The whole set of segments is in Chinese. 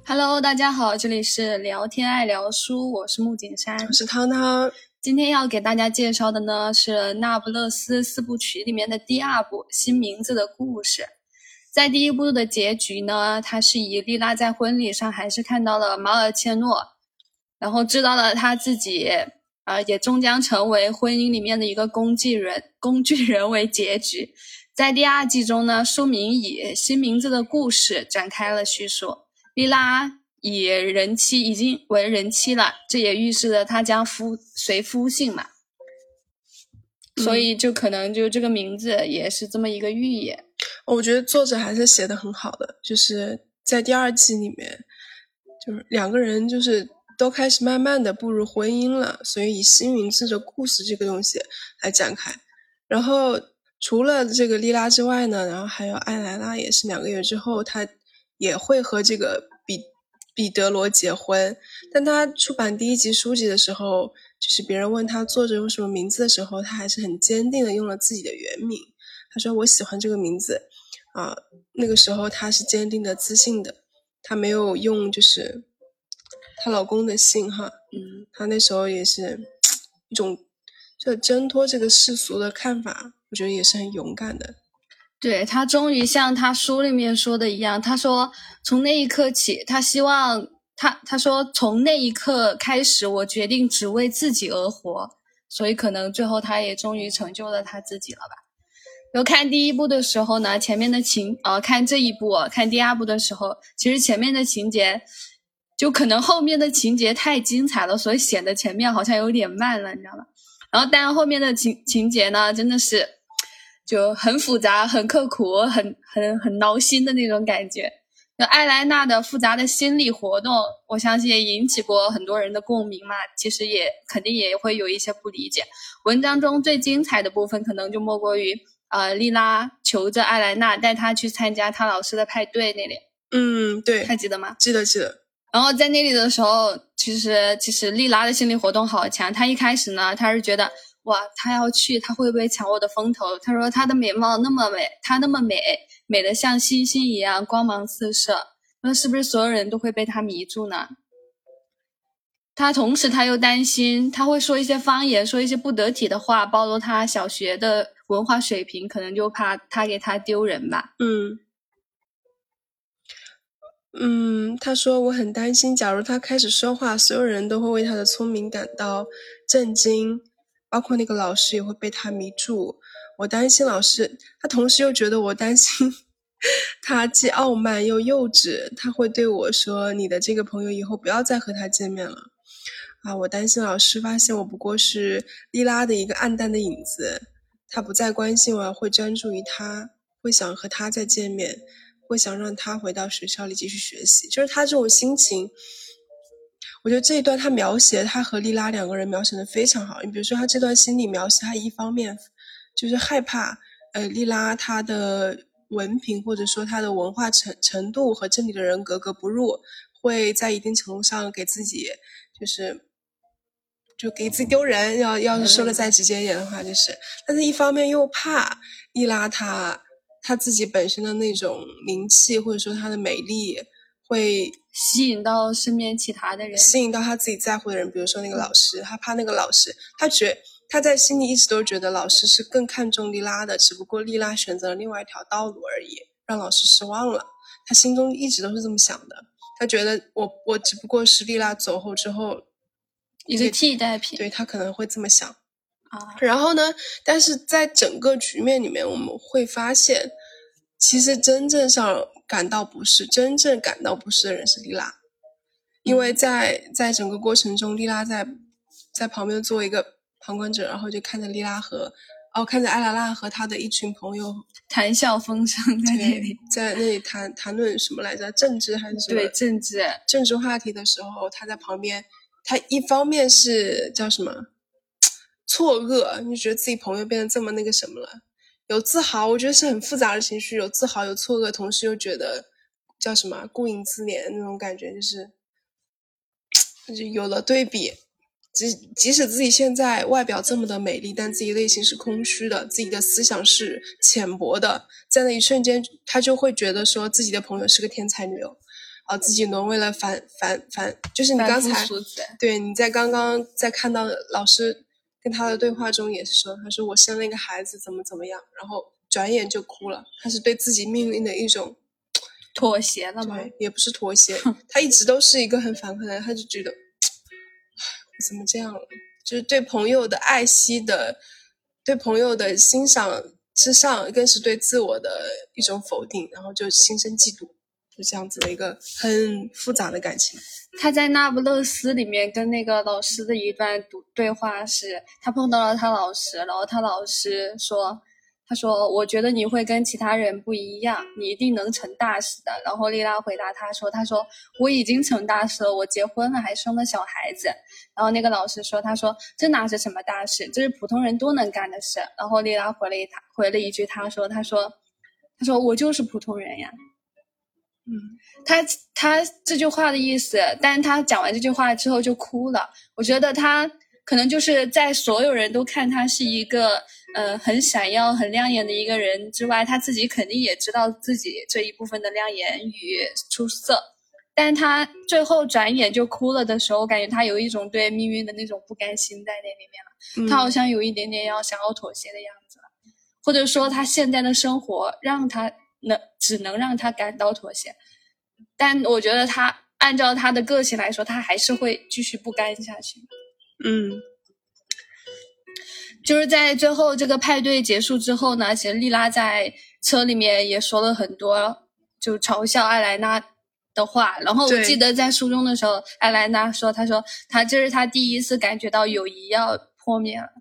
Hello，大家好，这里是聊天爱聊书，我是木槿山， 我是汤汤。 今天要给大家介绍的呢是那不勒斯四部曲里面的第二部《新名字的故事》。在第一部的结局呢，它是以莉拉在婚礼上还是看到了马尔切诺，然后知道了他自己也终将成为婚姻里面的一个工具人为结局。在第二季中呢，书名以新名字的故事展开了叙述。莉拉已经为人妻了，这也预示着她将随夫姓嘛，所以就可能就这个名字也是这么一个寓意。 我觉得作者还是写得很好的，就是在第二季里面，就是两个人就是都开始慢慢的步入婚姻了，所以以新名字的故事这个东西来展开。然后除了这个莉拉之外呢，然后还有艾莱拉，也是2个月之后她也会和这个彼得罗结婚。但他出版第1集书籍的时候，就是别人问他作者用什么名字的时候，他还是很坚定的用了自己的原名。他说我喜欢这个名字那个时候他是坚定的自信的，他没有用就是她老公的姓他那时候也是一种就挣脱这个世俗的看法，我觉得也是很勇敢的。 对，他终于像他书里面说的一样，他说从那一刻起，他希望他说从那一刻开始，我决定只为自己而活，所以可能最后他也终于成就了他自己了吧。然后看第一部的时候呢，前面的看这一部看第二部的时候，其实前面的情节就可能后面的情节太精彩了，所以显得前面好像有点慢了，你知道吗？然后但后面的情节呢，真的是就很复杂、很刻苦、很挠心的那种感觉。就艾莱娜的复杂的心理活动，我相信也引起过很多人的共鸣嘛。其实也肯定也会有一些不理解。文章中最精彩的部分，可能就莫过于莉拉求着艾莱娜带她去参加她老师的派对那里。 对， 还记得吗？ 记得。 然后在那里的时候，其实莉拉的心理活动好强。她一开始呢，她是觉得哇，她要去，她会不会抢我的风头？她说她的美貌那么美，她那么美，美得像星星一样光芒四射，那是不是所有人都会被她迷住呢？同时她又担心她会说一些方言，说一些不得体的话，暴露她小学的文化水平，可能就怕她给她丢人吧。 他说我很担心，假如他开始说话，所有人都会为他的聪明感到震惊，包括那个老师也会被他迷住。我担心老师，他同时又觉得我担心他既傲慢又幼稚，他会对我说你的这个朋友以后不要再和他见面了。我担心老师发现我不过是莉拉的一个暗淡的影子，他不再关心我，会专注于他，会想和他再见面，会想让他回到学校里继续学习。就是他这种心情，我觉得这一段他描写他和莉拉2个人描写的非常好。你比如说他这段心理描写，他一方面就是害怕莉拉她的文凭或者说她的文化程度和这里的人格格不入，会在一定程度上给自己就给自己丢人，要是说的再直接一点的话但是一方面又怕莉拉她自己本身的那种灵气或者说她的美丽会吸引到身边其他的人， 吸引到他自己在乎的人，比如说那个老师，他怕那个老师，他在心里一直都觉得老师是更看重莉拉的，只不过莉拉选择了另外一条道路而已，让老师失望了。他心中一直都是这么想的，他觉得我只不过是莉拉走后之后一个替代品， 对，他可能会这么想然后呢，但是在整个局面里面，我们会发现，其实真正感到不适的人是莉拉，因为在整个过程中，莉拉在旁边作为一个旁观者，然后就看着看着艾拉拉和他的一群朋友谈笑风生在那里谈论什么来着？政治还是什么？ 对， 政治话题的时候，他在旁边，他一方面是叫什么错愕，你觉得自己朋友变得这么那个什么了，有自豪，我觉得是很复杂的情绪，有自豪有错愕，同时又觉得叫什么顾影自怜那种感觉，就有了对比。即使自己现在外表这么的美丽，但自己内心是空虚的，自己的思想是浅薄的，在那一瞬间他就会觉得说自己的朋友是个天才女友自己沦为了就是你刚才对你在刚刚在看到老师跟他的对话中也是说，他说我生了一个孩子怎么样，然后转眼就哭了。他是对自己命运的一种妥协了吗？ 对，也不是妥协，他一直都是一个很反叛的人，他就觉得我怎么这样了，就是对朋友的爱惜的，对朋友的欣赏之上，更是对自我的一种否定，然后就心生嫉妒，就这样子的一个很复杂的感情。 他在那不勒斯里面跟那个老师的一段对话是，他碰到了他老师，然后他老师说，他说我觉得你会跟其他人不一样，你一定能成大事的。然后莉拉回答他说我已经成大事了，我结婚了还生了小孩子。然后那个老师说，他说这哪是什么大事，这是普通人都能干的事。然后莉拉回了一句，他说我就是普通人呀。他这句话的意思，但是他讲完这句话之后就哭了。我觉得他可能就是在所有人都看他是一个很闪耀很亮眼的一个人之外，他自己肯定也知道自己这一部分的亮眼与出色，但他最后转眼就哭了的时候，我感觉他有一种对命运的那种不甘心在那里面了。他好像有一点点想要妥协的样子了，或者说他现在的生活让他只能让他感到妥协，但我觉得他按照他的个性来说，他还是会继续不甘下去。就是在最后这个派对结束之后呢，其实莉拉在车里面也说了很多就嘲笑艾莱娜的话。然后我记得在书中的时候，艾莱娜说，她说这是她第一次感觉到友谊要破灭了。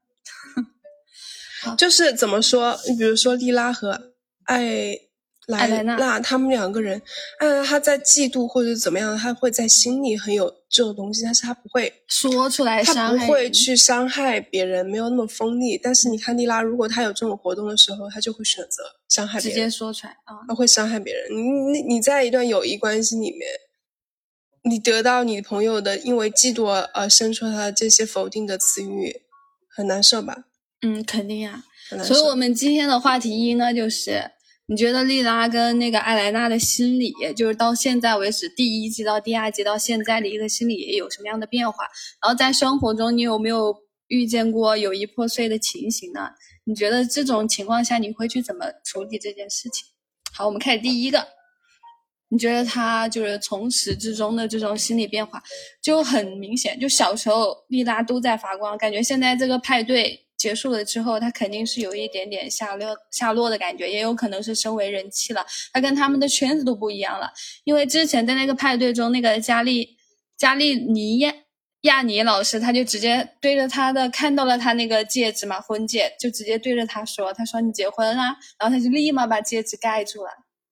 就是怎么说，你比如说莉拉和艾莱娜他们两个人，他在嫉妒或者怎么样，他会在心里很有这种东西，但是他不会说出来， 他不会去伤害别人，没有那么锋利。但是你看莉拉，如果他有这种活动的时候，他就会选择伤害别人， 直接说出来他会伤害别人。你在一段友谊关系里面，你得到你朋友的因为嫉妒而生出他的这些否定的词语，很难受吧？ 肯定呀。所以我们今天的话题一呢，就是你觉得莉拉跟那个艾莱娜的心理，就是到现在为止第一季到第二季到现在的一个心理有什么样的变化？然后在生活中你有没有遇见过友谊破碎的情形呢？你觉得这种情况下你会去怎么处理这件事情？好，我们开始第一个。你觉得他就是从始至终的这种心理变化就很明显，就小时候莉拉都在发光，感觉现在这个派对结束了之后，他肯定是有一点点下落的感觉，也有可能是身为人妻了，他跟他们的圈子都不一样了。因为之前在那个派对中，那个加利尼亚尼老师他就直接对着他的看到了他那个戒指嘛，婚戒，就直接对着他说你结婚啦，然后他就立马把戒指盖住了。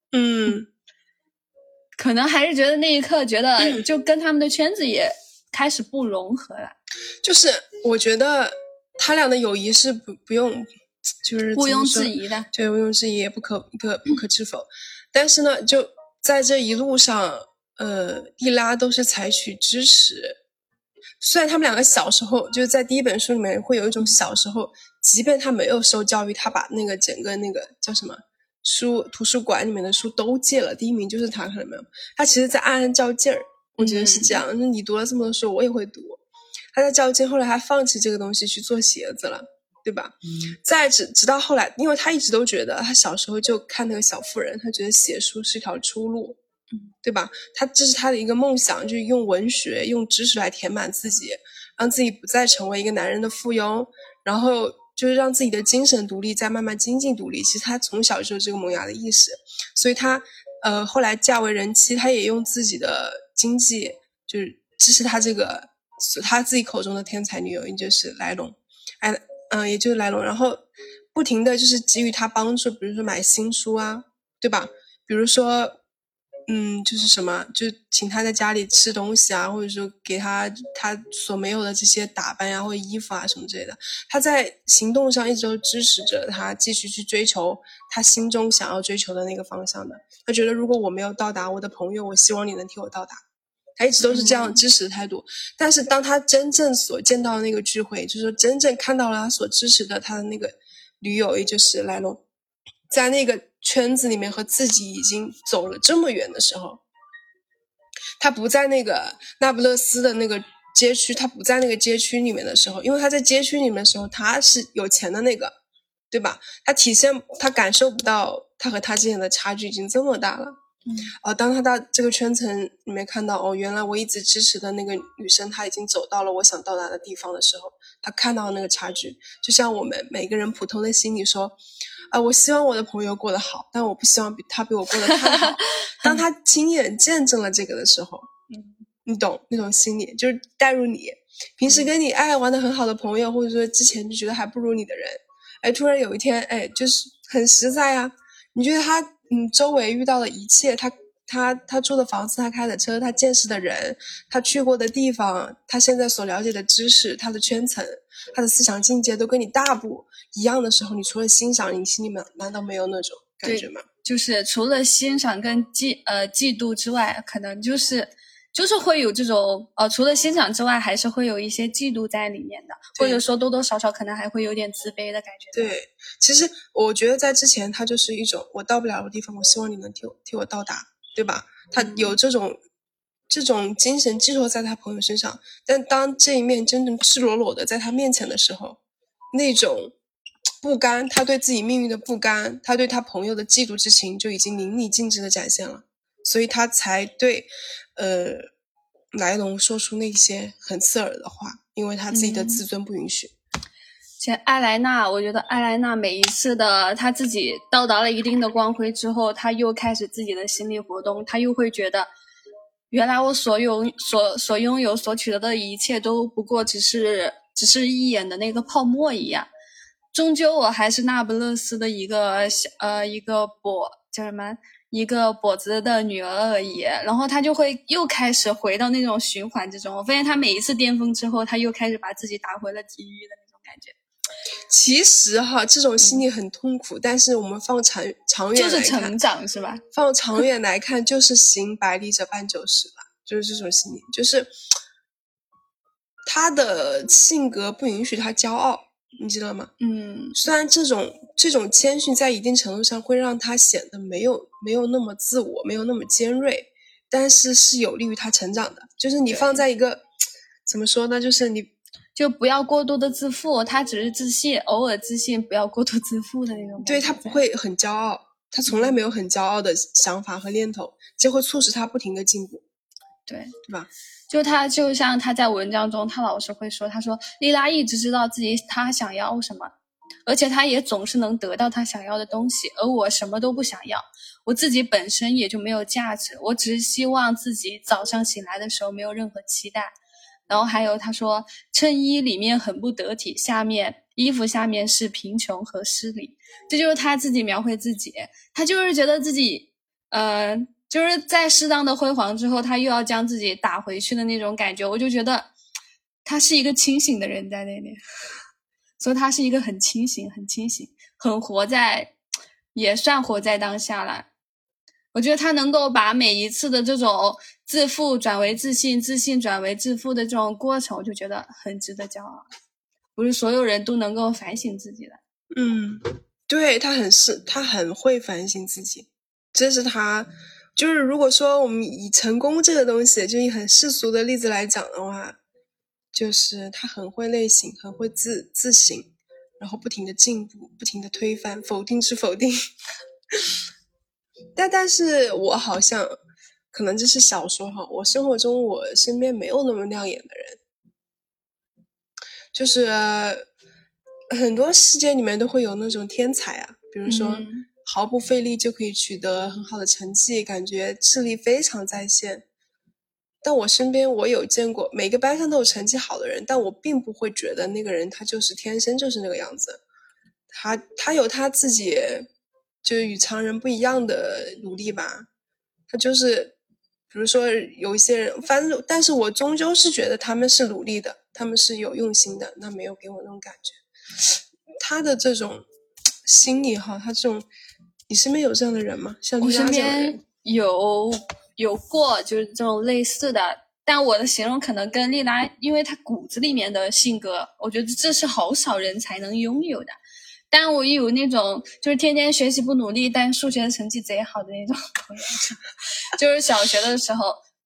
可能还是觉得那一刻觉得就跟他们的圈子也开始不融合了。 就是我觉得他俩的友谊是不用就是毋庸置疑的， 对，毋庸置疑也不可置否。但是呢，就在这一路上莉拉都是采取支持，虽然他们两个小时候就是在第一本书里面会有一种小时候即便他没有受教育，他把那个整个那个叫什么图书馆里面的书都借了，第一名就是他，看到没有？他其实在暗暗较劲儿，我觉得是这样。你读了这么多书，我也会读。他在较劲，后来他放弃这个东西去做鞋子了，对吧？再直到后来，因为他一直都觉得他小时候就看那个小妇人，他觉得写书是一条出路，对吧？这是他的一个梦想，就是用文学、用知识来填满自己，让自己不再成为一个男人的附庸，然后就是让自己的精神独立，再慢慢经济独立。其实他从小就有这个萌芽的意识，所以他后来嫁为人妻，他也用自己的经济就是支持他这个他自己口中的天才女友，也就是莱龙，也就是莱龙，然后不停的就是给予他帮助，比如说买新书啊，对吧？比如说就是什么，就请他在家里吃东西啊，或者说给他所没有的这些打扮啊，或者衣服啊什么之类的。他在行动上一直都支持着他继续去追求他心中想要追求的那个方向的。他觉得如果我没有到达我的朋友，我希望你能替我到达。他一直都是这样支持的态度。但是当他真正所见到的那个聚会，就是说真正看到了他所支持的他的那个女友，也就是莱龙，在那个圈子里面和自己已经走了这么远的时候， 他不在那个那不勒斯的那个街区，他不在那个街区里面的时候，因为他在街区里面的时候他是有钱的那个，对吧？他感受不到他和他之间的差距已经这么大了。当他到这个圈层里面看到原来我一直支持的那个女生她已经走到了我想到达的地方的时候，他看到那个差距。就像我们每个人普通的心里说我希望我的朋友过得好，但我不希望他比我过得太好。当他亲眼见证了这个的时候，你懂那种心理，就是带入你平时跟你玩得很好的朋友，或者说之前就觉得还不如你的人，突然有一天就是很实在啊，你觉得他周围遇到的一切，他住的房子，他开的车，他见识的人，他去过的地方，他现在所了解的知识，他的圈层，他的思想境界都跟你大不一样的时候，你除了欣赏，你心里面难道没有那种感觉吗？ 就是除了欣赏跟嫉妒之外，可能就是会有这种除了欣赏之外，还是会有一些嫉妒在里面的，或者说多多少少可能还会有点自卑的感觉。 对，其实我觉得在之前他就是一种我到不了的地方，我希望你能替我到达，对吧？他有这种精神寄托在他朋友身上，但当这一面真正赤裸裸的在他面前的时候，那种不甘，他对自己命运的不甘，他对他朋友的嫉妒之情就已经淋漓尽致的展现了，所以他才对莱农说出那些很刺耳的话，因为他自己的自尊不允许。 其实我觉得艾莱娜每一次的他自己到达了一定的光辉之后，他又开始自己的心理活动，他又会觉得原来我所拥有所取得的一切都不过只是一眼的那个泡沫一样，终究我还是那不勒斯的一个叫什么一个跛子的女儿而已。然后他就会又开始回到那种循环之中。我发现他每一次巅峰之后，他又开始把自己打回了地狱的那种感觉。 其实这种心理很痛苦，但是我们放长远来看， 就是成长是吧？ 放长远来看，就是行百里者半九十吧，就是这种心理，就是他的性格不允许他骄傲，你知道吗？虽然这种谦逊在一定程度上会让他显得没有那么自我，没有那么尖锐，但是有利于他成长的。就是你放在一个怎么说呢，就是你就不要过度的自负，他只是自信，偶尔自信，不要过度自负的那种感觉。 对，他不会很骄傲，他从来没有很骄傲的想法和念头，这会促使他不停的进步。 对吧？ 就像他在文章中，他老师会说，他说莉拉一直知道他想要什么，而且他也总是能得到他想要的东西，而我什么都不想要，我自己本身也就没有价值，我只是希望自己早上醒来的时候没有任何期待。然后还有他说，衬衣里面很不得体，衣服下面是贫穷和失礼，这就是他自己描绘自己，他就是觉得自己就是在适当的辉煌之后，他又要将自己打回去的那种感觉。我就觉得他是一个清醒的人在那里，所以他是一个很清醒也算活在当下了。我觉得他能够把每一次的这种自负转为自信，自信转为自负的这种过程，我就觉得很值得骄傲。不是所有人都能够反省自己的。 对，他很会反省自己，这是他就是如果说我们以成功这个东西，就以很世俗的例子来讲的话，就是他很会内省，很会自省，然后不停的进步，不停的推翻否定之否定。但是我好像可能这是小说我生活中我身边没有那么亮眼的人，就是很多世界里面都会有那种天才啊，比如说毫不费力就可以取得很好的成绩，感觉智力非常在线。但我身边我有见过每个班上都有成绩好的人，但我并不会觉得那个人他就是天生就是那个样子，他有他自己就是与常人不一样的努力吧。他就是比如说有一些人但是我终究是觉得他们是努力的，他们是有用心的，那没有给我那种感觉。他的这种心理他这种，你身边有这样的人吗？像我身边有过就是这种类似的，但我的形容可能跟丽拉，因为她骨子里面的性格，我觉得这是好少人才能拥有的。但我也有那种就是天天学习不努力，但数学成绩贼好的那种朋友，就是小学的时候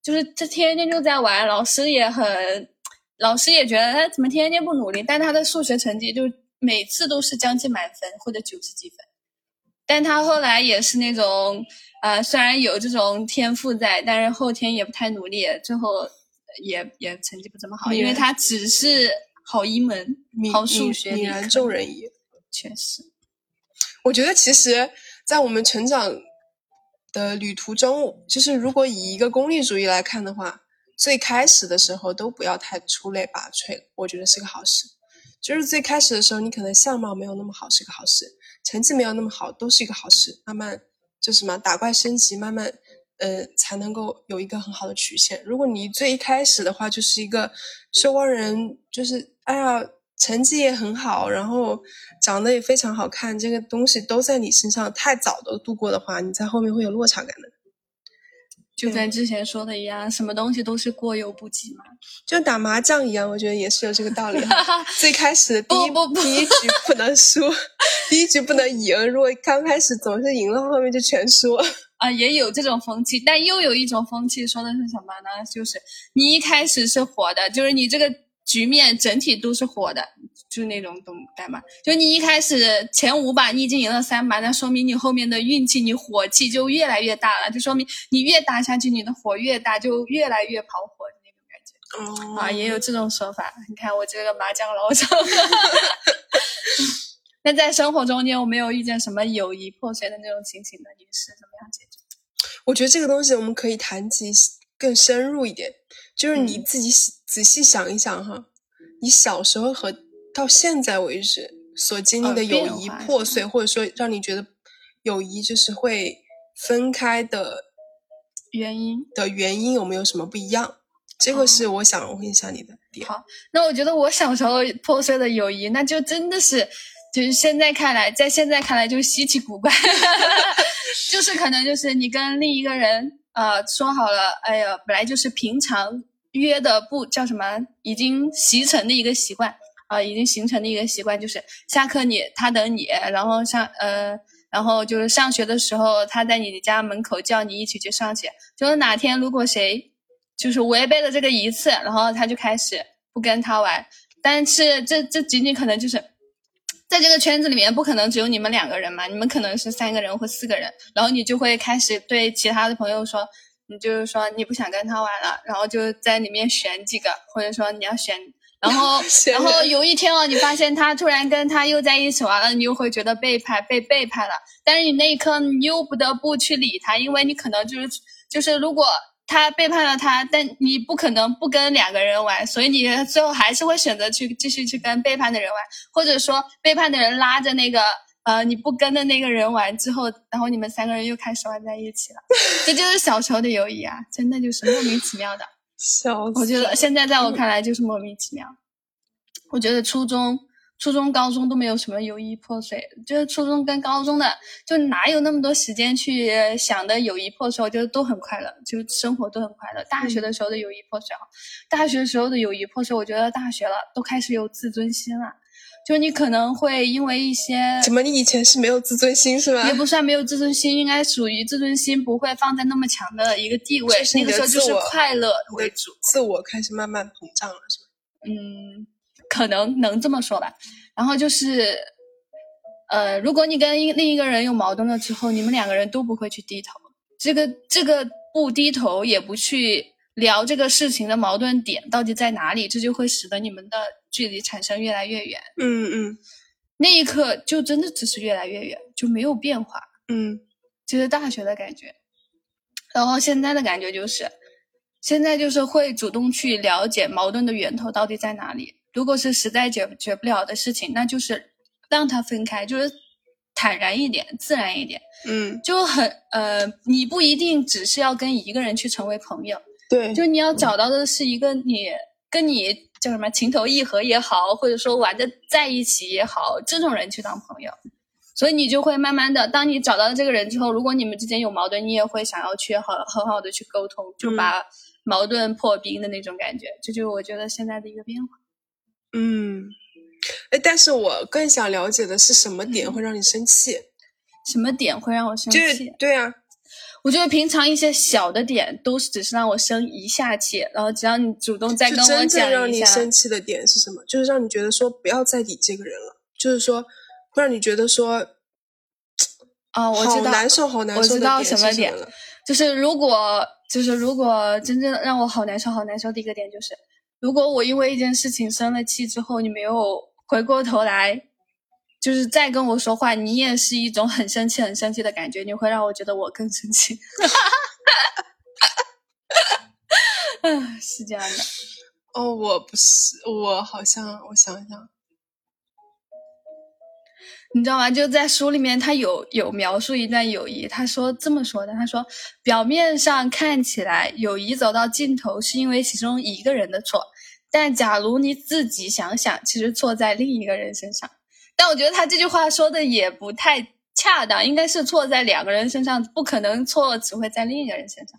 就是这天天就在玩，老师也觉得他怎么天天不努力，但他的数学成绩就每次都是将近满分或者90几分。但他后来也是那种虽然有这种天赋在，但是后天也不太努力，最后也成绩不怎么好，因为他只是好一门好数学， 泯然众人矣。 确实， 我觉得其实在我们成长的旅途中，就是如果以一个功利主义来看的话，最开始的时候都不要太出类拔萃，我觉得是个好事。就是最开始的时候，你可能相貌没有那么好是个好事，成绩没有那么好都是一个好事，慢慢就是什么打怪升级，慢慢才能够有一个很好的曲线。如果你最一开始的话就是一个收光人，就是哎呀成绩也很好，然后长得也非常好看，这个东西都在你身上太早的度过的话，你在后面会有落差感的。 就跟之前说的一样，什么东西都是过犹不及嘛， 就打麻将一样，我觉得也是有这个道理。最开始的第一局不能输，第一局不能赢，如果刚开始总是赢了，后面就全输。 也有这种风气，但又有一种风气说的是什么呢？就是你一开始是活的，就是你这个局面整体都是活的，就是那种懂代码。就你一开始前5把你已经赢了3把，那说明你后面的运气，你火气就越来越大了，就说明你越打下去，你的火越大，就越来越跑火的那种感觉。也有这种说法。你看我这个麻将老手。那在生活中，你有没有遇见什么友谊破碎的那种情形呢？你是怎么样解决？ 我觉得这个东西我们可以谈及更深入一点，就是你自己仔细想一想哈，你小时候和到现在为止所经历的友谊破碎，或者说让你觉得友谊就是会分开的原因有没有什么不一样？这个是我想问一下你的点。 好，那我觉得我小时候破碎的友谊，那就真的是就是现在看来就是稀奇古怪。就是可能就是你跟另一个人说好了，哎呀，本来就是平常约的不叫什么，已经形成的一个习惯就是下课他等你，然后就是上学的时候他在你家门口叫你一起去上学，就是哪天如果谁就是违背了这个一次，然后他就开始不跟他玩。但是这仅仅可能就是在这个圈子里面不可能只有你们2个人嘛，你们可能是3个人或4个人，然后你就会开始对其他的朋友说，你就是说你不想跟他玩了，然后就在里面选几个，或者说你要选，然后有一天你发现他突然跟他又在一起玩了，你又会觉得被背叛了，但是你那一刻你又不得不去理他，因为你可能就是如果他背叛了他，但你不可能不跟2个人玩，所以你最后还是会选择去继续去跟背叛的人玩，或者说背叛的人拉着那个你不跟的那个人玩之后，然后你们3个人又开始玩在一起了。这就是小时候的友谊啊，真的就是莫名其妙的。我觉得现在在我看来就是莫名其妙。我觉得初中、高中都没有什么友谊破碎，就是初中跟高中的就哪有那么多时间去想的友谊破碎，我觉得都很快乐，就生活都很快乐。大学的时候的友谊破碎，大学的时候的友谊破碎，我觉得大学了都开始有自尊心了。就你可能会因为一些怎么你以前是没有自尊心是吧？ 也不算没有自尊心，应该属于自尊心不会放在那么强的一个地位，那个时候就是快乐为主， 自我开始慢慢膨胀了是吧？ 可能这么说吧。然后就是如果你跟另一个人有矛盾了之后，你们2个人都不会去低头，这个不低头也不去聊这个事情的矛盾点到底在哪里，这就会使得你们的距离产生越来越远。那一刻就真的只是越来越远，就没有变化。就是大学的感觉。然后现在的感觉就是现在就是会主动去了解矛盾的源头到底在哪里，如果是实在解决不了的事情，那就是让它分开，就是坦然一点，自然一点。就你不一定只是要跟一个人去成为朋友， 对， 就你要找到的是一个跟你叫什么情投意合也好，或者说玩的在一起也好，这种人去当朋友。所以你就会慢慢的，当你找到这个人之后，如果你们之间有矛盾，你也会想要去很好的去沟通，就把矛盾破冰的那种感觉。这就是我觉得现在的一个变化。 但是我更想了解的是什么点会让你生气？ 什么点会让我生气？ 对啊， 我觉得平常一些小的点都是只是让我生一下气，然后只要你主动再跟我讲一下。 真正让你生气的点是什么？就是让你觉得说不要再理这个人了，就是说会让你觉得说我知道， 好难受好难受的点是什么了？ 就是如果真正让我好难受好难受的一个点就是，如果我因为一件事情生了气之后，你没有回过头来就是再跟我说话，你也是一种很生气很生气的感觉，你会让我觉得我更生气。是这样的。 我不是，我好像我想想， 你知道吗？就在书里面他有描述一段友谊，他说这么说的，他说表面上看起来友谊走到尽头是因为其中一个人的错，但假如你自己想想，其实错在另一个人身上。但我觉得他这句话说的也不太恰当，应该是错在两个人身上，不可能错只会在另一个人身上。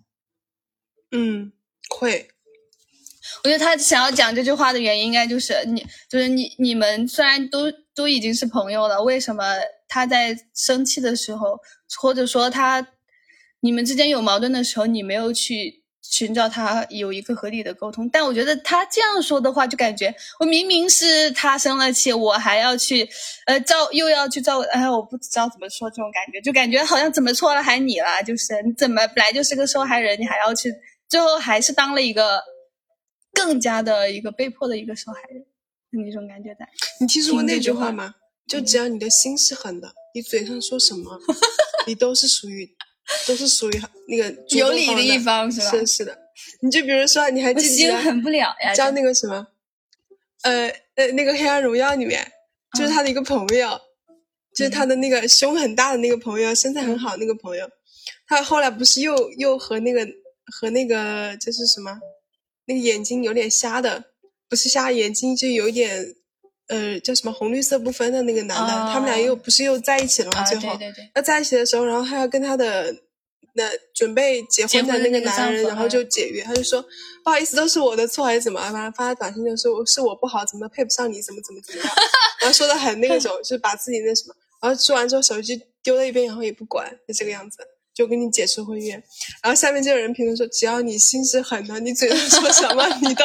会。 我觉得他想要讲这句话的原因应该就是你们虽然都已经是朋友了，为什么他在生气的时候，或者说你们之间有矛盾的时候，你没有去寻找他有一个合理的沟通？但我觉得他这样说的话，就感觉我明明是他生了气，我还要去又要去照，我不知道怎么说，这种感觉就感觉好像怎么错了还你了，就是你怎么本来就是个受害人，你还要去最后还是当了一个更加的一个被迫的一个受害人那种感觉在。 你听说过那句话吗？就只要你的心是狠的，你嘴上说什么你都是属于那个有理的一方，是吧？ 是的。你就比如说你还记得心狠不了呀， 叫那个什么那个黑暗荣耀里面就是他的一个朋友，就是他的那个胸很大的那个朋友，身材很好那个朋友，他后来不是又和那个就是什么那个眼睛有点瞎的，不是瞎眼睛就有一点叫什么红绿色不分的那个男的，他们俩又在一起了吗？最后对对， 要在一起的时候，然后他要跟他的准备结婚的那个男人，然后就解约，他就说不好意思，都是我的错还是怎么？反正发短信就说是我不好，怎么配不上你，怎么样，然后说的很那种，就是把自己那什么，然后说完之后手机丢在一边，然后也不管，就这个样子。就跟你解除婚约，然后下面就有人评论说，只要你心是狠的，你嘴上说什么你都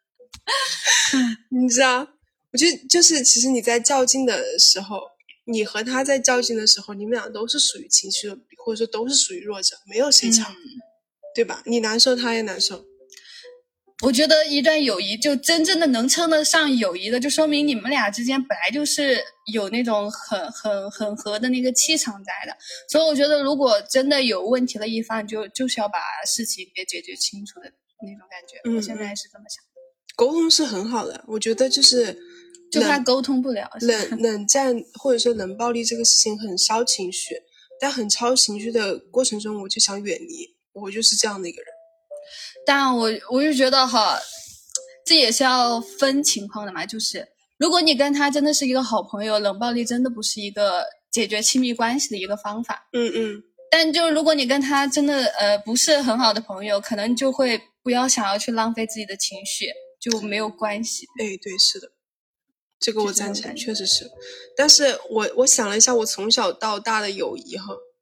你知道，我觉得就是其实你在较劲的时候，你和他在较劲的时候，你们俩都是属于情绪的，或者说都是属于弱者，没有谁强，对吧？你难受他也难受。 我觉得一段友谊就真正的能称得上友谊的，就说明你们俩之间本来就是有那种很合的那个气场在的。所以我觉得如果真的有问题的一方，就是要把事情给解决清楚的那种感觉。我现在是这么想的。 沟通是很好的，我觉得就怕沟通不了， 冷战或者说冷暴力这个事情很烧情绪，但很超情绪的过程中我就想远离，我就是这样的一个人。 但我就觉得这也是要分情况的嘛，就是如果你跟他真的是一个好朋友，冷暴力真的不是一个解决亲密关系的一个方法。但就如果你跟他真的不是很好的朋友，可能就会不要想要去浪费自己的情绪，就没有关系。 对，是的，这个我赞成，确实是。但是我想了一下，我从小到大的友谊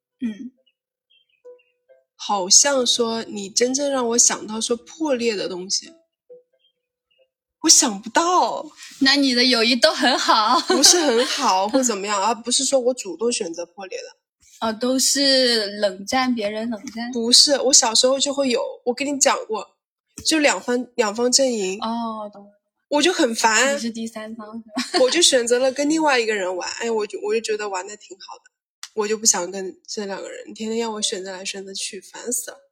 好像说你真正让我想到说破裂的东西，我想不到。 那你的友谊都很好？ 不是很好或怎么样，而不是说我主动选择破裂的。 都是冷战，别人冷战？ 不是，我小时候就会有，我跟你讲过，就两方阵营。 懂了。 我就很烦。 你是第三方是吧？ 我就选择了跟另外一个人玩，我就觉得玩的挺好的。我就不想跟这两个人天天要我选择来选择去，烦死了。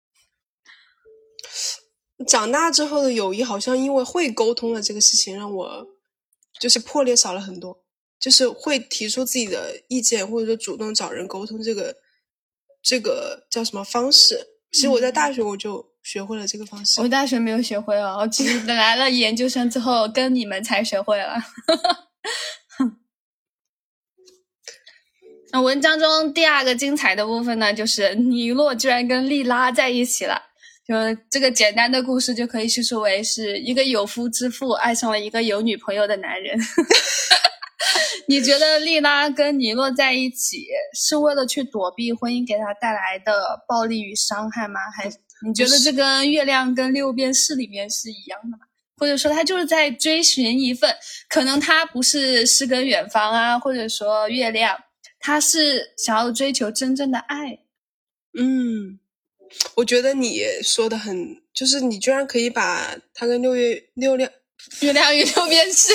长大之后的友谊好像因为会沟通的这个事情让我就是破裂少了很多，就是会提出自己的意见或者说主动找人沟通这个叫什么方式。其实我在大学我就学会了这个方式。 我大学没有学会我只是来了研究生之后跟你们才学会了。那文章中第二个精彩的部分呢，就是尼洛居然跟莉拉在一起了。就这个简单的故事就可以叙述为是一个有夫之妇爱上了一个有女朋友的男人。 你觉得莉拉跟尼诺在一起是为了去躲避婚姻给他带来的暴力与伤害吗？还是你觉得这跟月亮跟六便士里面是一样的吗？或者说他就是在追寻一份，可能他不是诗跟远方啊，或者说月亮，他是想要追求真正的爱。 我觉得你说的很，就是你居然可以把他跟月亮与六便士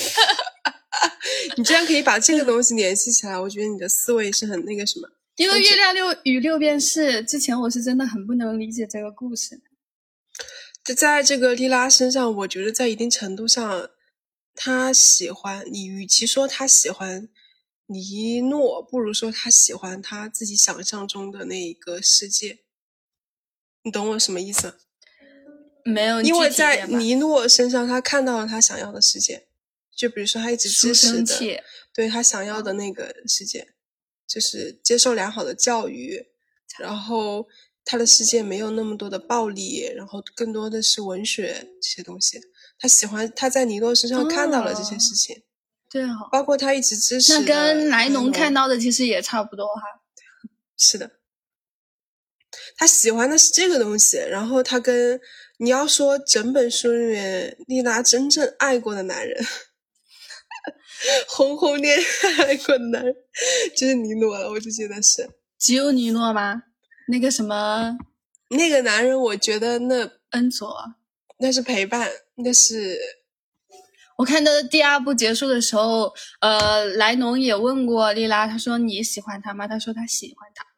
你居然可以把这个东西联系起来，我觉得你的思维是很那个什么。 因为月亮与六便士之前我是真的很不能理解这个故事。 在这个莉拉身上，我觉得在一定程度上，他喜欢你，与其说他喜欢尼诺，不如说他喜欢他自己想象中的那一个世界。你懂我什么意思？ 没有， 因为在尼诺身上，他看到了他想要的世界，就比如说他一直支持的，对他想要的那个世界，就是接受良好的教育，然后他的世界没有那么多的暴力，然后更多的是文学这些东西。他喜欢他在尼诺身上看到了这些事情， 对哦， 包括他一直支持的。 那跟莱农看到的其实也差不多哈。 是的，他喜欢的是这个东西，然后他跟你要说整本书里面莉拉真正爱过的男人轰轰烈烈爱过的男人就是尼诺了，我就觉得是。 只有尼诺吗？那个什么那个男人我觉得恩佐那是陪伴，那是我看到第二部结束的时候莱农也问过莉拉，他说你喜欢他吗？他说他喜欢他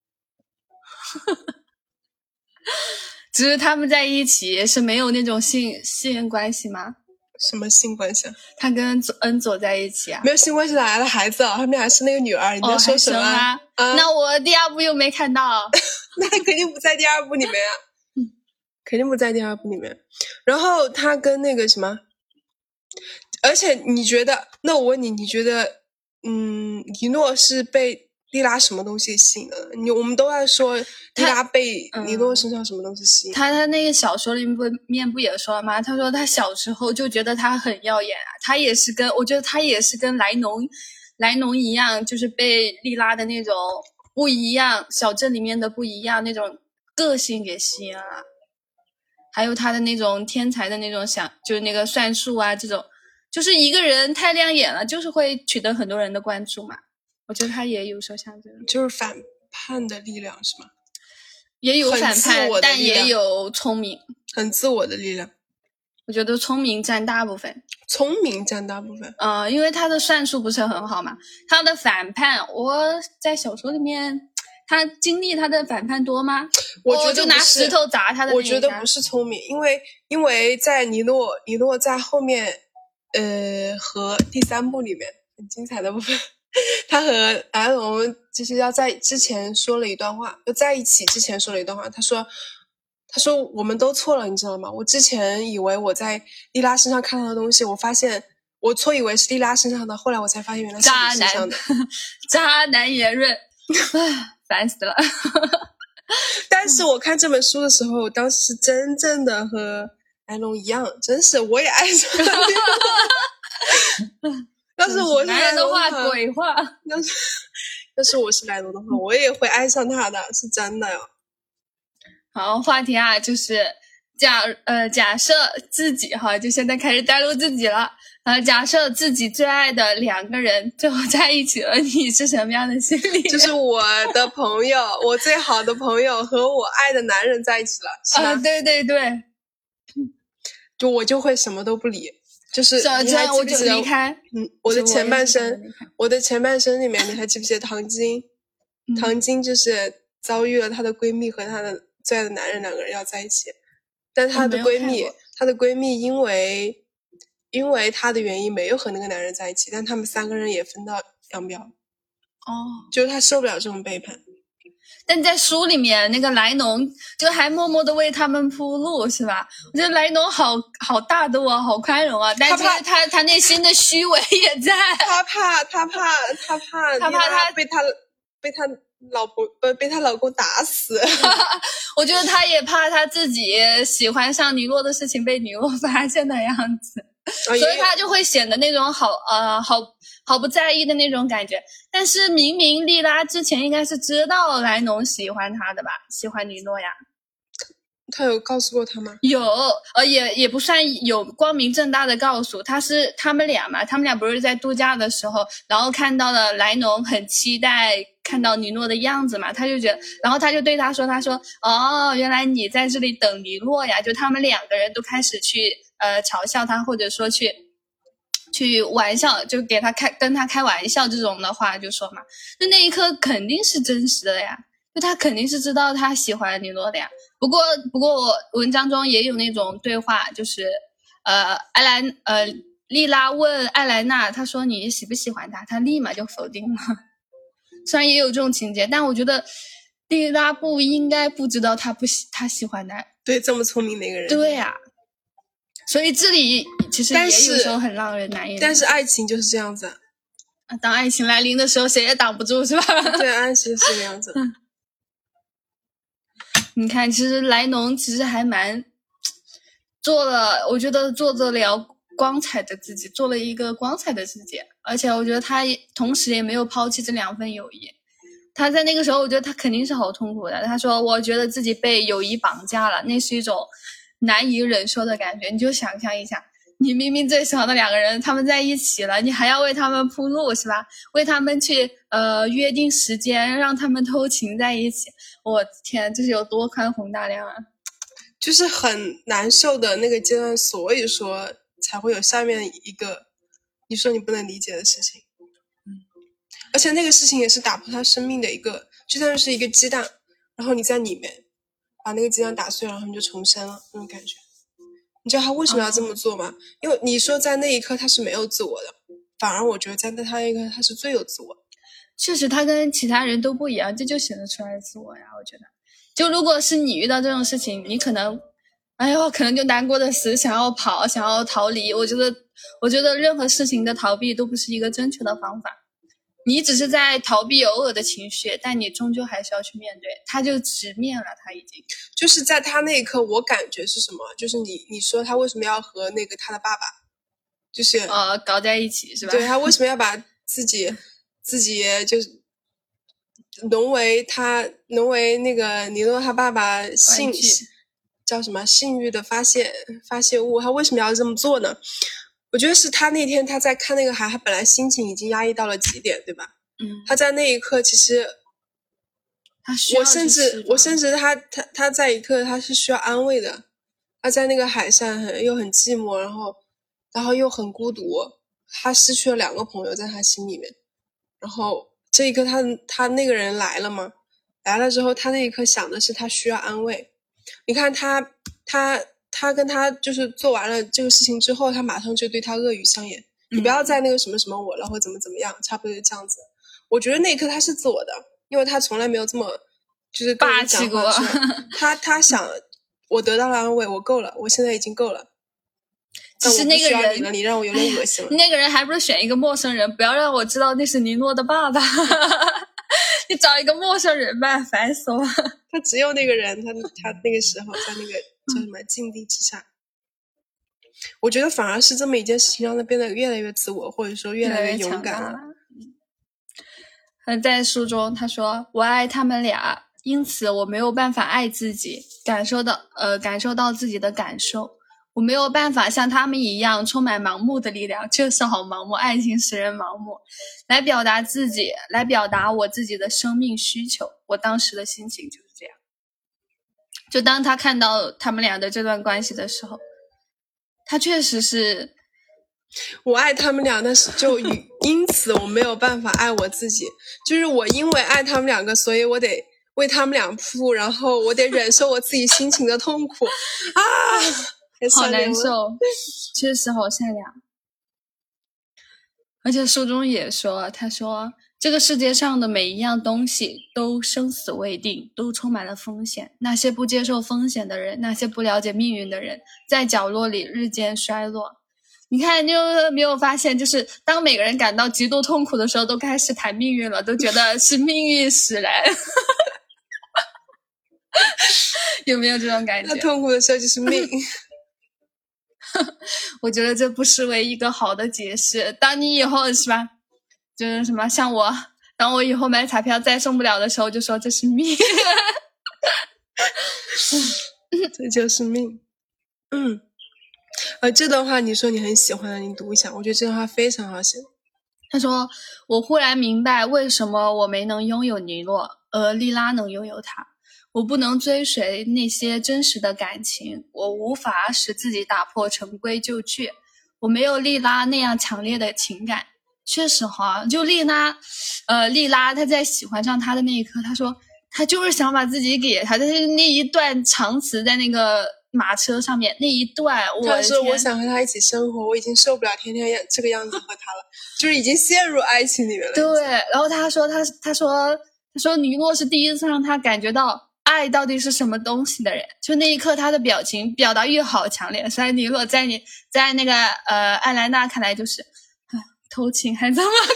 只是他们在一起是没有那种性关系吗？ 什么性关系啊？ 他跟恩佐在一起啊？ 没有性关系，来了孩子，他们俩是那个女儿。你在说什么啊？那我第二部又没看到那肯定不在第二部里面啊肯定不在第二部里面。然后他跟那个什么，而且你觉得，那我问你，你觉得尼诺是被莉拉什么东西吸引的？我们都在说莉拉被尼诺身上什么东西吸引？ 他那个小说里面不也说了吗？他说他小时候就觉得他很耀眼啊，我觉得他也是跟莱农一样，就是被莉拉的那种不一样，小镇里面的不一样那种个性给吸引了，还有他的那种天才的那种就是那个算术啊，这种就是一个人太亮眼了，就是会取得很多人的关注嘛。我觉得他也有时候像这种， 就是反叛的力量是吗？ 也有反叛，但也有聪明， 很自我的力量。 我觉得聪明占大部分。 聪明占大部分。 因为他的算术不是很好嘛。他的反叛，我在小说里面，他经历他的反叛多吗？ 我觉得就拿石头砸他的那一下。 我觉得不是聪明，因为在尼诺在后面，和第三部里面很精彩的部分。他和莱农就是要在之前说了一段话，就在一起之前说了一段话。他说我们都错了，你知道吗？我之前以为我在莉拉身上看到的东西，我发现我错以为是莉拉身上的，后来我才发现原来是你身上的。 渣男言论，烦死了。 但是我看这本书的时候，当时真正的和莱农一样，真是我也爱上了。要是我是男人的话，鬼话。 要是我是莱农的话，我也会爱上他的，是真的哟。 好，话题啊，就是假设自己哈，就现在开始带入自己了。假设自己最爱的两个人最后在一起了，你是什么样的心理？ 就是我的朋友，我最好的朋友和我爱的男人在一起了，是吧？ 对对对， 就我就会什么都不理。就是这样我就离开。 我的前半生里面，你还记不记得唐晶？唐晶就是遭遇了她的闺蜜和她的最爱的男人两个人要在一起，但她的闺蜜因为她的原因没有和那个男人在一起，但他们三个人也分道扬镳。就是她受不了这种背叛。 但在书里面，那个莱农就还默默的为他们铺路，是吧？我觉得莱农好大度啊，好宽容啊，但其实他内心的虚伪也在。 他怕被他老公打死。 我觉得他也怕他自己喜欢上尼诺的事情被尼诺发现的样子。 所以他就会显得那种好不在意的那种感觉。但是明明莉拉之前应该是知道莱农喜欢他的吧，喜欢尼诺呀。 他有告诉过他吗？ 有，也不算有光明正大的告诉，他们俩嘛，他们俩不是在度假的时候，然后看到了莱农很期待看到尼诺的样子嘛，他就觉得，然后他就对他说，哦，原来你在这里等尼诺呀，就他们两个人都开始去嘲笑他，或者说去玩笑，就跟他开玩笑这种的话就说嘛，就那一刻肯定是真实的呀，就他肯定是知道他喜欢尼诺的呀。不过我文章中也有那种对话，就是莉拉问艾莱娜，她说你喜不喜欢他，他立马就否定了。虽然也有这种情节，但我觉得莉拉不应该不知道他喜欢他。 对，这么聪明的一个人。 对呀，所以这里其实也有时候很让人难以理解。 但是爱情就是这样子啊，当爱情来临的时候，谁也挡不住，是吧？ 对，爱情是这个样子。 你看，其实莱农其实还蛮我觉得做得了光彩的自己，做了一个光彩的自己，而且我觉得他同时也没有抛弃这2份友谊。他在那个时候，我觉得他肯定是好痛苦的。他说：“我觉得自己被友谊绑架了，那是一种难以忍受的感觉。”你就想象一下，你明明最喜欢的2个人，他们在一起了，你还要为他们铺路，是吧？为他们去约定时间，让他们偷情在一起。我天，这是有多宽宏大量啊！ 就是很难受的那个阶段，所以说才会有下面一个你说你不能理解的事情。而且那个事情也是打破他生命的一个，就像是一个鸡蛋，然后你在里面把那个鸡蛋打碎了，然后你就重生了那种感觉。你知道他为什么要这么做吗？因为你说在那一刻他是没有自我的，反而我觉得在他那一刻他是最有自我。 确实他跟其他人都不一样，这就显得出来自我呀。我觉得就如果是你遇到这种事情，你可能可能就难过的死，想要跑，想要逃离。我觉得任何事情的逃避都不是一个正确的方法，你只是在逃避偶尔的情绪，但你终究还是要去面对。他就直面了，他已经就是在他那一刻我感觉是什么，就是你说他为什么要和那个他的爸爸就是搞在一起，是吧？ 对，他为什么要把自己就是沦为那个尼诺他爸爸叫什么性欲的发泄物，他为什么要这么做呢？我觉得是他那天他在看那个海，他本来心情已经压抑到了极点，对吧？他在那一刻其实我甚至他在一刻他是需要安慰的。他在那个海上又很寂寞，然后又很孤独，他失去了2个朋友在他心里面。然后这一刻他那个人来了吗？来了之后，他那一刻想的是他需要安慰。你看他跟他就是做完了这个事情之后，他马上就对他恶语相言，你不要再那个什么什么我了，或怎么样，差不多就这样子。我觉得那一刻他是自我的，因为他从来没有这么就是霸气过。 他想我得到了安慰，我够了，我现在已经够了。 其实那个人你让我有点恶心了。 那个人还不是选一个陌生人，不要让我知道那是尼诺的爸爸。你找一个陌生人吧，烦死我。 他只有那个人，他那个时候在那个叫什么境地之下。我觉得反而是这么一件事情让他变得越来越自我，或者说越来越勇敢了。 在书中他说，我爱他们俩，因此我没有办法爱自己，感受到自己的感受。我没有办法像他们一样充满盲目的力量，确实好盲目，爱情使人盲目，来表达我自己的生命需求。我当时的心情就是这样。就当他看到他们俩的这段关系的时候，他确实是我爱他们俩，但是就因此我没有办法爱我自己，就是我因为爱他们2个，所以我得为他们俩铺路，然后我得忍受我自己心情的痛苦啊， 好难受，确实好善良。而且书中也说，他说这个世界上的每一样东西都生死未定，都充满了风险。那些不接受风险的人，那些不了解命运的人，在角落里日渐衰落。你看，你有没有发现，就是当每个人感到极度痛苦的时候，都开始谈命运了，都觉得是命运使然。有没有这种感觉？ 他痛苦的时候就是命。 我觉得这不失为一个好的解释。当你以后是吧，就是什么像我，当我以后买彩票再中不了的时候，就说这是命。 这就是命。这段话你说你很喜欢，你读一下，我觉得这段话非常好写。 他说，我忽然明白为什么我没能拥有尼洛，而莉拉能拥有他。我不能追随那些真实的感情，我无法使自己打破陈规旧矩，我没有莉拉那样强烈的情感。确实哈，就莉拉她在喜欢上他的那一刻，她说她就是想把自己给他，但是那一段长词在那个马车上面那一段， 他说我想和他一起生活，我已经受不了天天这个样子和他了，就是已经陷入爱情里面了。 对，然后他说尼洛是第一次让他感觉到爱到底是什么东西的人，就那一刻他的表情表达欲好强烈。虽然尼洛在那个艾莱娜看来就是偷情还这么开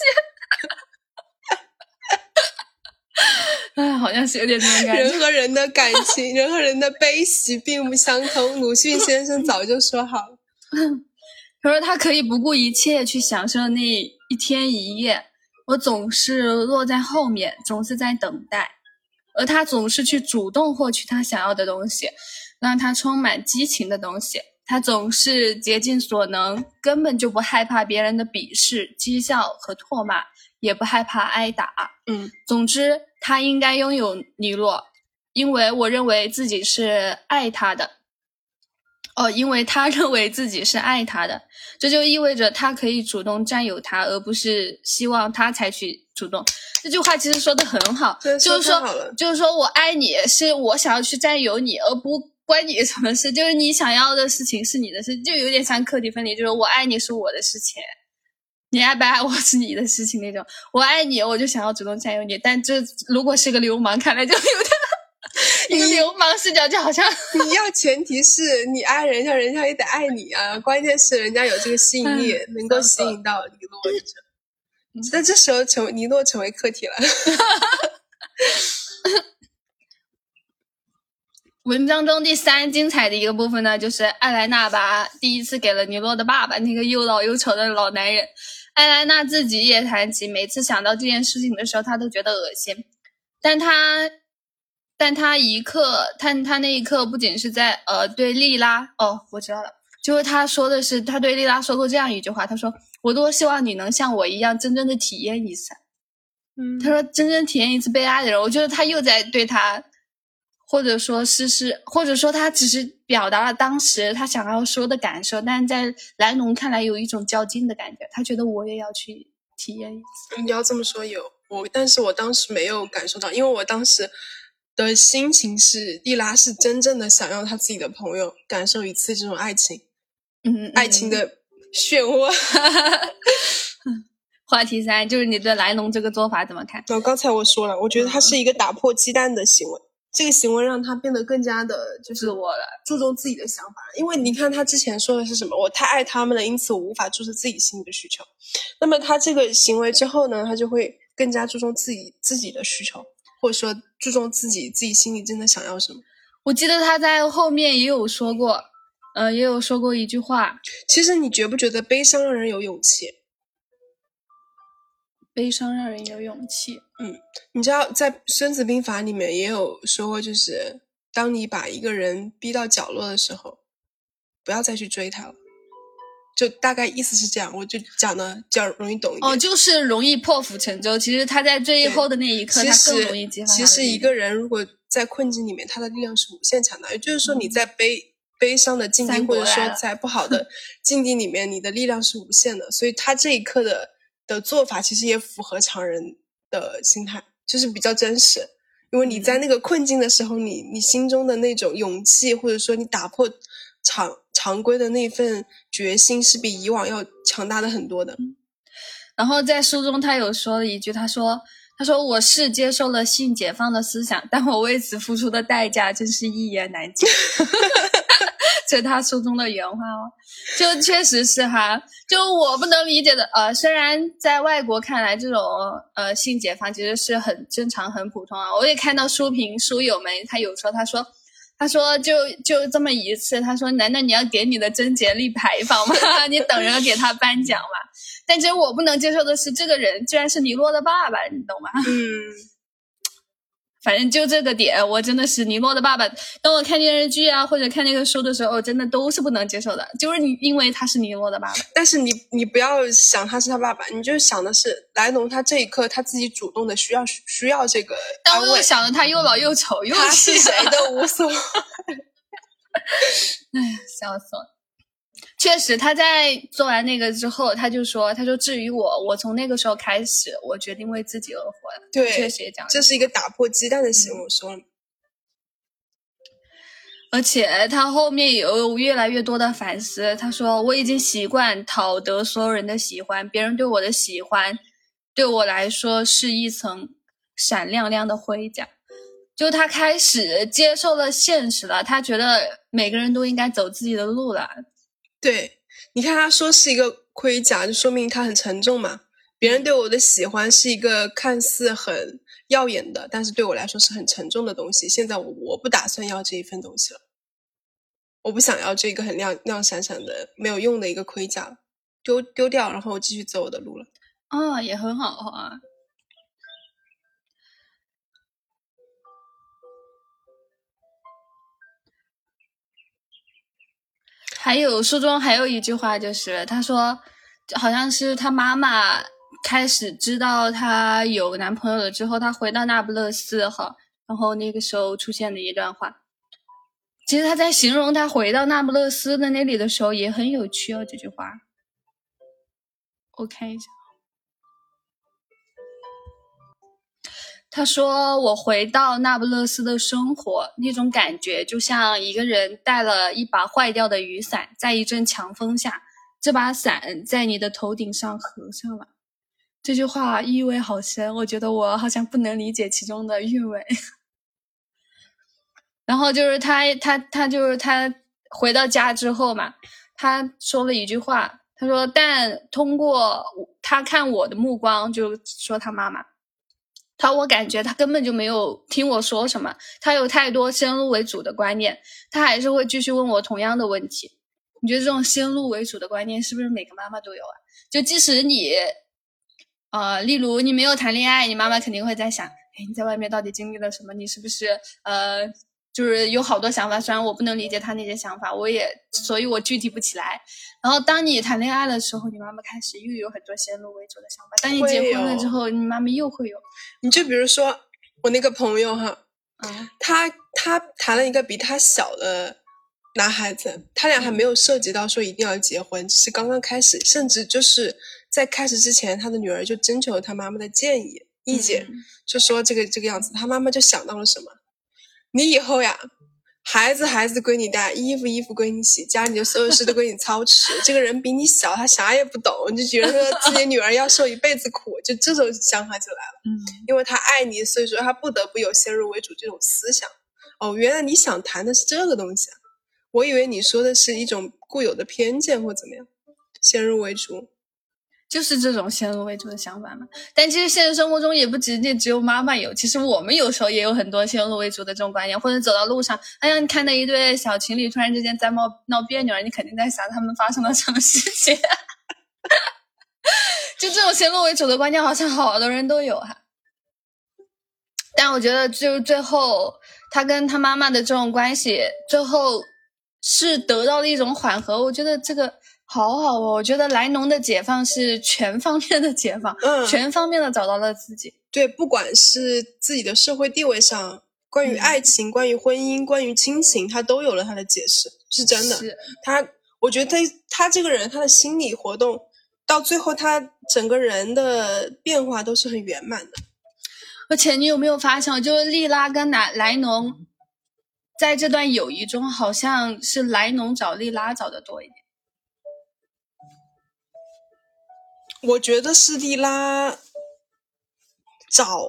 心。好像是有点这种感觉。 人和人的感情，人和人的悲喜并不相通。鲁迅先生早就说好了。 他说他可以不顾一切去享受那一天一夜，我总是落在后面，总是在等待，而他总是去主动获取他想要的东西，让他充满激情的东西。他总是竭尽所能，根本就不害怕别人的鄙视、讥笑和唾骂，也不害怕挨打。总之他应该拥有尼洛，因为我认为自己是爱他的。因为他认为自己是爱他的，这就意味着他可以主动占有他，而不是希望他采取主动。这句话其实说得很好，就是说我爱你是我想要去占有你，而不关你什么事，就是你想要的事情是你的事，就有点像课题分离，就是我爱你是我的事情，你爱不爱我是你的事情那种。我爱你，我就想要主动占有你，但这如果是个流氓，看来就有点一个流氓视角，就好像你要前提是你爱人家，人家也得爱你啊。关键是人家有这个吸引力，能够吸引到尼洛。那这时候尼洛成为课题了。 文章中第3精彩的一个部分呢，就是艾莱娜把第一次给了尼洛的爸爸，那个又老又丑的老男人。艾莱娜自己也谈起，每次想到这件事情的时候，她都觉得恶心。但他那一刻不仅是在对莉拉，我知道了，就是他说的是他对莉拉说过这样一句话，他说我多希望你能像我一样真正的体验一次。他说真正体验一次被爱的人，我觉得他又在对他，或者说他只是表达了当时他想要说的感受，但在莱农看来有一种较劲的感觉，他觉得我也要去体验一次。 你要这么说但是我当时没有感受到，因为我当时的心情是莉拉是真正的想要她自己的朋友感受一次这种爱情，爱情的漩涡。 话题3就是你对莱农这个做法怎么看？ 刚才我说了，我觉得他是一个打破鸡蛋的行为，这个行为让他变得更加的就是我了， 注重自己的想法。因为你看他之前说的是什么，我太爱他们了，因此我无法注视自己心里的需求。那么他这个行为之后呢，他就会更加注重自己的需求，或者说注重自己心里真的想要什么。 我记得他在后面也有说过一句话， 其实你觉不觉得悲伤让人有勇气？ 悲伤让人有勇气。 你知道在《孙子兵法》里面也有说过，就是当你把一个人逼到角落的时候，不要再去追他了。就大概意思是这样，我就讲的比较容易懂一点。 就是容易破釜沉舟。其实他在最后的那一刻，他更容易激发他的力量。 其实一个人如果在困境里面，他的力量是无限强大。也就是说，你在悲伤的境地，或者说在不好的境地里面，你的力量是无限的。所以他这一刻的做法，其实也符合常人的心态，就是比较真实。因为你在那个困境的时候，你心中的那种勇气，或者说你打破常规的那份决心，是比以往要强大的很多的。 然后在书中他有说了一句，他说我是接受了性解放的思想，但我为此付出的代价真是一言难尽。这是他书中的原话就确实是哈，就我不能理解的虽然在外国看来这种性解放其实是很正常很普通啊，我也看到书友们他有说，他说他说就这么一次，他说难道你要给你的贞洁力牌坊吗？你等着给他颁奖吗？但其实我不能接受的是，这个人居然是尼洛的爸爸，你懂吗？反正就这个点，我真的是尼洛的爸爸。当我看电视剧啊，或者看那个书的时候，真的都是不能接受的。就是因为他是尼洛的爸爸。 但是你不要想他是他爸爸，你就想的是莱农他这一刻他自己主动的需要这个但我又想着他又老又丑又他是谁都无所谓。 哎呀，笑死我！确实，他在做完那个之后，他说至于我从那个时候开始，我决定为自己而活了。 对， 确实也这样。 这是一个打破鸡蛋的行为，我说了。 而且他后面有越来越多的反思，他说我已经习惯讨得所有人的喜欢，别人对我的喜欢对我来说是一层闪亮亮的盔甲。就他开始接受了现实了，他觉得每个人都应该走自己的路了。 对，你看他说是一个盔甲，就说明他很沉重嘛。别人对我的喜欢是一个看似很耀眼的，但是对我来说是很沉重的东西。现在我不打算要这一份东西了，我不想要这个很亮闪闪的没有用的一个盔甲了，丢掉，然后我继续走我的路了。 也很好啊。还有书中还有一句话，就是他说好像是他妈妈开始知道他有男朋友了之后，他回到那不勒斯哈，然后那个时候出现的一段话。其实他在形容他回到那不勒斯的那里的时候也很有趣哦，这句话我看一下。他说我回到那不勒斯的生活，那种感觉就像一个人带了一把坏掉的雨伞，在一阵强风下，这把伞在你的头顶上合上了。这句话意味好深，我觉得我好像不能理解其中的韵味。然后就是他就是他回到家之后嘛，他说了一句话，他说但通过他看我的目光，就说他妈妈，我感觉他根本就没有听我说什么，他有太多先入为主的观念，他还是会继续问我同样的问题。你觉得这种先入为主的观念是不是每个妈妈都有啊？就即使你例如你没有谈恋爱，你妈妈肯定会在想，你在外面到底经历了什么，你是不是就是有好多想法，虽然我不能理解他那些想法，所以我具体不起来。然后当你谈恋爱的时候，你妈妈开始又有很多先入为主的想法，当你结婚了之后，你妈妈又会有。 你就比如说我那个朋友哈，他谈了一个比他小的男孩子，他俩还没有涉及到说一定要结婚，只是刚刚开始，甚至就是在开始之前，他的女儿就征求了他妈妈的意见，就说这个样子，他妈妈就想到了什么？你以后呀，孩子归你带，衣服归你洗，家里的所有事都归你操持。这个人比你小，他啥也不懂，就觉得说自己女儿要受一辈子苦，就这种想法就来了。因为他爱你，所以说他不得不有先入为主这种思想。原来你想谈的是这个东西啊，我以为你说的是一种固有的偏见或怎么样，先入为主。 就是这种先入为主的想法嘛，但其实现实生活中也不仅仅只有妈妈有，其实我们有时候也有很多先入为主的这种观念，或者走到路上，你看到一对小情侣突然之间在闹别扭，你肯定在想他们发生了什么事情。就这种先入为主的观念，好像好多人都有哈。但我觉得，就最后他跟他妈妈的这种关系，最后是得到了一种缓和。我觉得这个好好哦，我觉得莱农的解放是全方面的解放，全方面的找到了自己。 对，不管是自己的社会地位上，关于爱情、关于婚姻、关于亲情，他都有了他的解释，是真的。我觉得他这个人，他的心理活动到最后，他整个人的变化都是很圆满的。 而且你有没有发现，就是莉拉跟莱农在这段友谊中，好像是莱农找莉拉找的多一点。 我觉得是莉拉找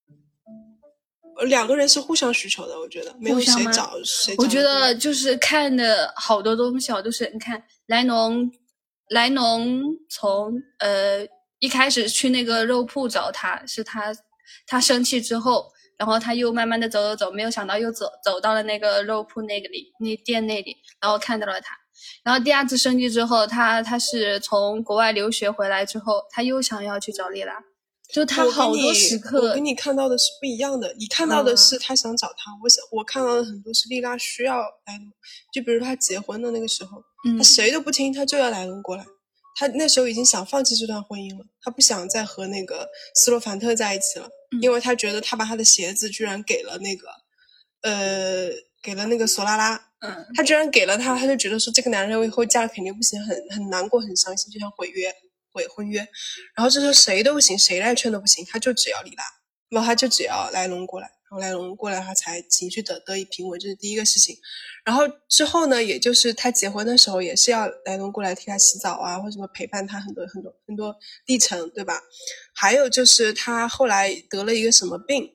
两个人是互相需求的，我觉得没有谁找谁。 我觉得就是看的好多东西都是你看莱农从一开始去那个肉铺找他，是他生气之后， 然后他又慢慢的走，没有想到又走到了那个肉铺那店那里，然后看到了他。然后第二次升级之后，他是从国外留学回来之后，他又想要去找丽拉，就他好多时刻。 我跟你看到的是不一样的，你看到的是他想找他，我看到的很多是丽拉需要莱农，就比如他结婚的那个时候，他谁都不听，他就要莱农过来。他那时候已经想放弃这段婚姻了，他不想再和那个斯洛凡特在一起了，因为他觉得他把他的鞋子居然给了那个索拉拉，他居然给了他，他就觉得说这个男人我以后嫁了肯定不行，很难过很伤心，就想毁婚约。然后这时候谁都不行，谁来劝都不行，他就只要丽拉，那么他就只要莱农过来，然后莱农过来他才情绪得以平稳，这是第一个事情。然后之后呢，也就是他结婚的时候也是要莱农过来替他洗澡啊，或者什么陪伴他很多历程，对吧？还有就是他后来得了一个什么病，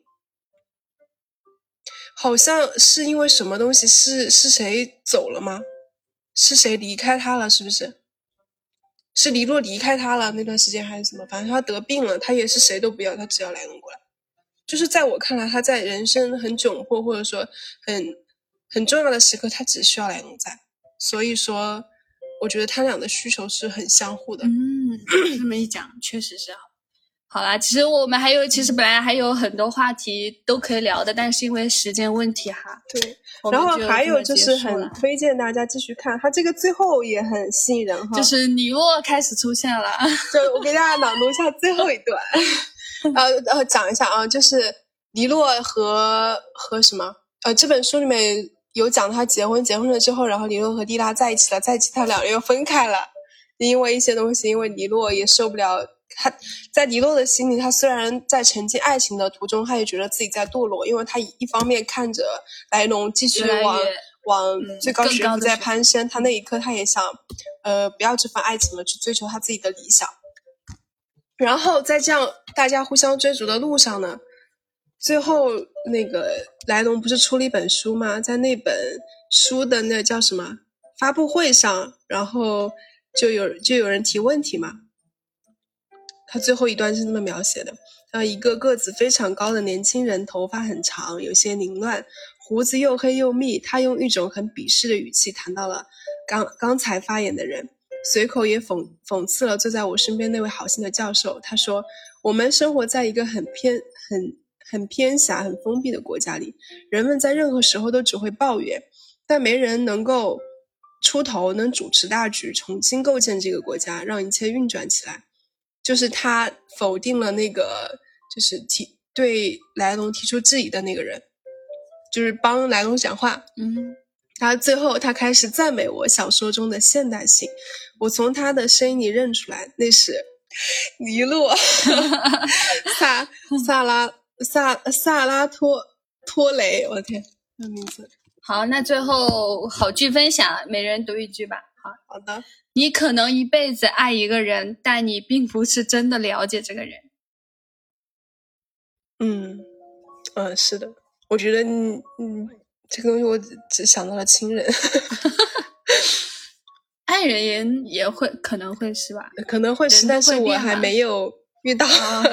好像是因为什么东西，是谁走了吗？是谁离开他了？是不是？是黎洛离开他了那段时间还是什么？反正他得病了，他也是谁都不要，他只要莱农过来。就是在我看来，他在人生很窘迫或者说很重要的时刻，他只需要莱农在。所以说，我觉得他俩的需求是很相互的。 这么一讲，确实是。好啦，其实本来还有很多话题都可以聊的，但是因为时间问题哈。 对，然后还有就是很推荐大家继续看，它这个最后也很吸引人哈， 就是尼洛开始出现了。 就我给大家朗读一下最后一段，讲一下啊，就是尼洛和什么？这本书里面有讲他结婚了之后，然后尼洛和蒂拉在一起了，他两人又分开了，因为一些东西，因为尼洛也受不了。他在尼洛的心里，他虽然在沉浸爱情的途中，他也觉得自己在堕落，因为他一方面看着莱农继续往最高学府在攀升，他那一刻他也想不要这份爱情了，去追求他自己的理想。然后在这样大家互相追逐的路上呢，最后那个莱农不是出了一本书吗？在那本书的那叫什么发布会上，然后就有人提问题嘛。他最后一段是这么描写的，一个个子非常高的年轻人，头发很长，有些凌乱，胡子又黑又密，他用一种很鄙视的语气谈到了刚才发言的人，随口也讽刺了坐在我身边那位好心的教授。他说，我们生活在一个很偏狭很封闭的国家里，人们在任何时候都只会抱怨，但没人能够出头，能主持大局，重新构建这个国家，让一切运转起来。就是他否定了那个就是对莱农提出质疑的那个人，就是帮莱农讲话。然后最后他开始赞美我小说中的现代性，我从他的声音里认出来，那是尼洛萨拉托雷，我的天，那名字。 好，那最后好句分享，每人读一句吧。 好的。 你可能一辈子爱一个人，但你并不是真的了解这个人。 是的，我觉得这个东西我只想到了亲人。 爱人也会可能会是吧？ 可能会是，但是我还没有遇到。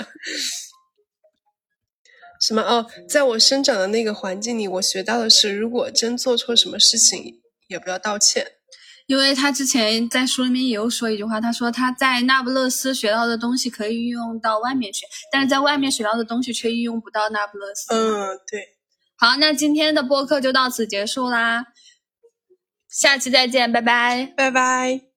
什么在我生长的那个环境里，我学到的是，如果真做错什么事情，也不要道歉。 因为他之前在书里面也有说一句话，他说他在那不勒斯学到的东西可以运用到外面去，但是在外面学到的东西却运用不到那不勒斯。 对。 好，那今天的播客就到此结束啦，下期再见，拜拜。 拜拜。